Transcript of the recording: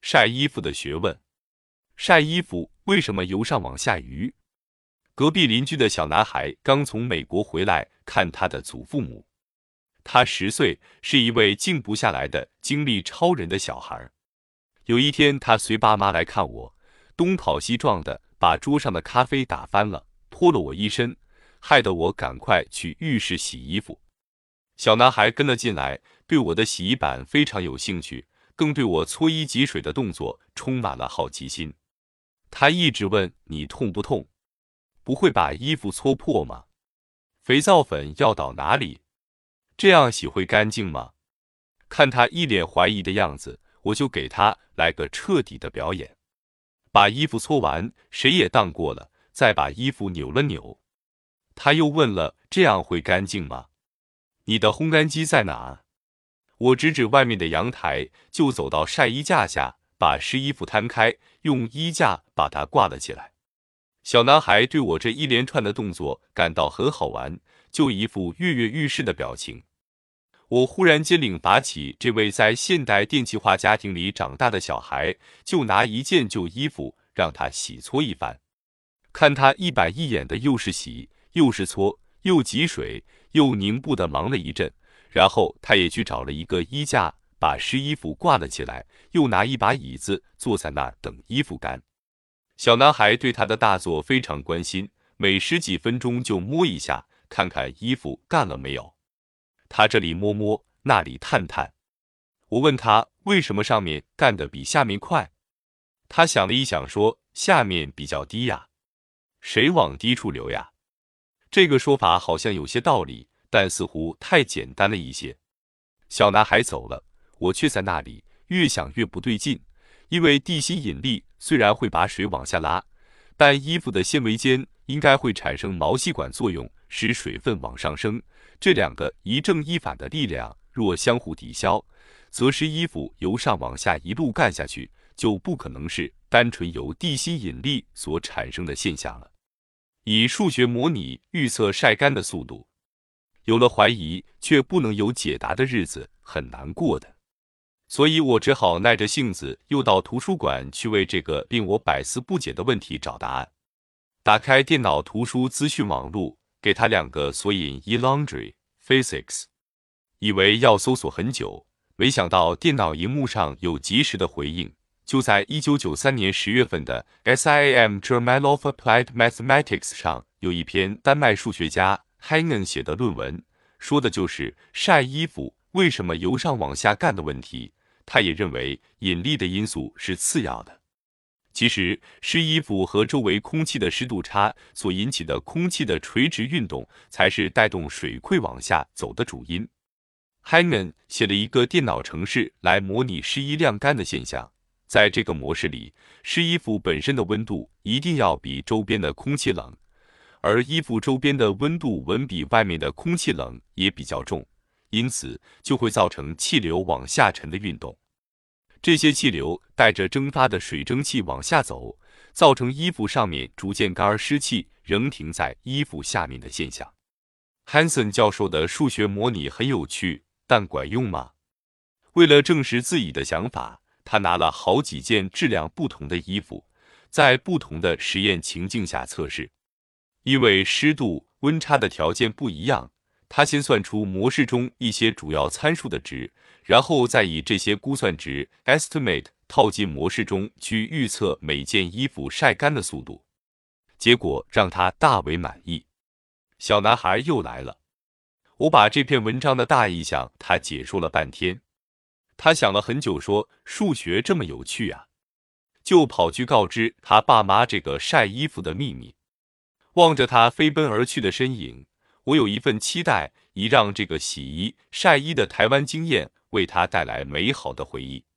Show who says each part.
Speaker 1: 晒衣服的学问。晒衣服为什么由上往下移？隔壁邻居的小男孩刚从美国回来看他的祖父母。他10岁，是一位静不下来的精力超人的小孩。有一天，他随爸妈来看我，东跑西撞的把桌上的咖啡打翻了，泼了我一身，害得我赶快去浴室洗衣服。小男孩跟了进来，对我的洗衣板非常有兴趣，更对我搓衣挤水的动作充满了好奇心。他一直问：你痛不痛？不会把衣服搓破吗？肥皂粉要倒哪里？这样洗会干净吗？看他一脸怀疑的样子，我就给他来个彻底的表演。把衣服搓完，谁也当过了，再把衣服扭了扭。他又问了：这样会干净吗？你的烘干机在哪？我指指外面的阳台，就走到晒衣架下，把湿衣服摊开，用衣架把它挂了起来。小男孩对我这一连串的动作感到很好玩，就一副跃跃欲试的表情。我忽然间领拔起这位在现代电气化家庭里长大的小孩，就拿一件旧衣服让他洗搓一番。看他一板一眼的又是洗又是搓又挤水又拧布的忙了一阵，然后他也去找了一个衣架，把湿衣服挂了起来，又拿一把椅子坐在那儿等衣服干。小男孩对他的大作非常关心，每10几分钟就摸一下，看看衣服干了没有。他这里摸摸，那里探探。我问他为什么上面干得比下面快，他想了一想说：下面比较低呀。谁往低处流呀？这个说法好像有些道理，但似乎太简单了一些。小男孩走了，我却在那里越想越不对劲，因为地心引力虽然会把水往下拉，但衣服的纤维间应该会产生毛细管作用，使水分往上升。这两个一正一反的力量若相互抵消，则使衣服由上往下一路干下去，就不可能是单纯由地心引力所产生的现象了。以数学模拟预测晒干的速度，有了怀疑却不能有解答的日子很难过的。所以我只好耐着性子又到图书馆去为这个令我百思不解的问题找答案。打开电脑图书资讯网络，给他2个索引：eLaundry Physics， 以为要搜索很久，没想到电脑荧幕上有及时的回应。就在1993年10月份的 SIAM Journal of Applied Mathematics 上，有一篇丹麦数学家 Hagen 写的论文，说的就是晒衣服为什么由上往下干的问题。他也认为引力的因素是次要的。其实，湿衣服和周围空气的湿度差所引起的空气的垂直运动，才是带动水溃往下走的主因。Hagen 写了一个电脑程式来模拟湿衣晾干的现象。在这个模式里，湿衣服本身的温度一定要比周边的空气冷，而衣服周边的温度稳比外面的空气冷也比较重，因此就会造成气流往下沉的运动。这些气流带着蒸发的水蒸气往下走，造成衣服上面逐渐干而湿气仍停在衣服下面的现象。Hansen 教授的数学模拟很有趣，但管用吗？为了证实自己的想法，他拿了好几件质量不同的衣服，在不同的实验情境下测试。因为湿度、温差的条件不一样，他先算出模式中一些主要参数的值，然后再以这些估算值 estimate 套进模式中去预测每件衣服晒干的速度。结果让他大为满意。小男孩又来了，我把这篇文章的大意向他解说了半天。他想了很久，说数学这么有趣啊，就跑去告知他爸妈这个晒衣服的秘密。望着他飞奔而去的身影，我有一份期待，以让这个洗衣晒衣的台湾经验为他带来美好的回忆。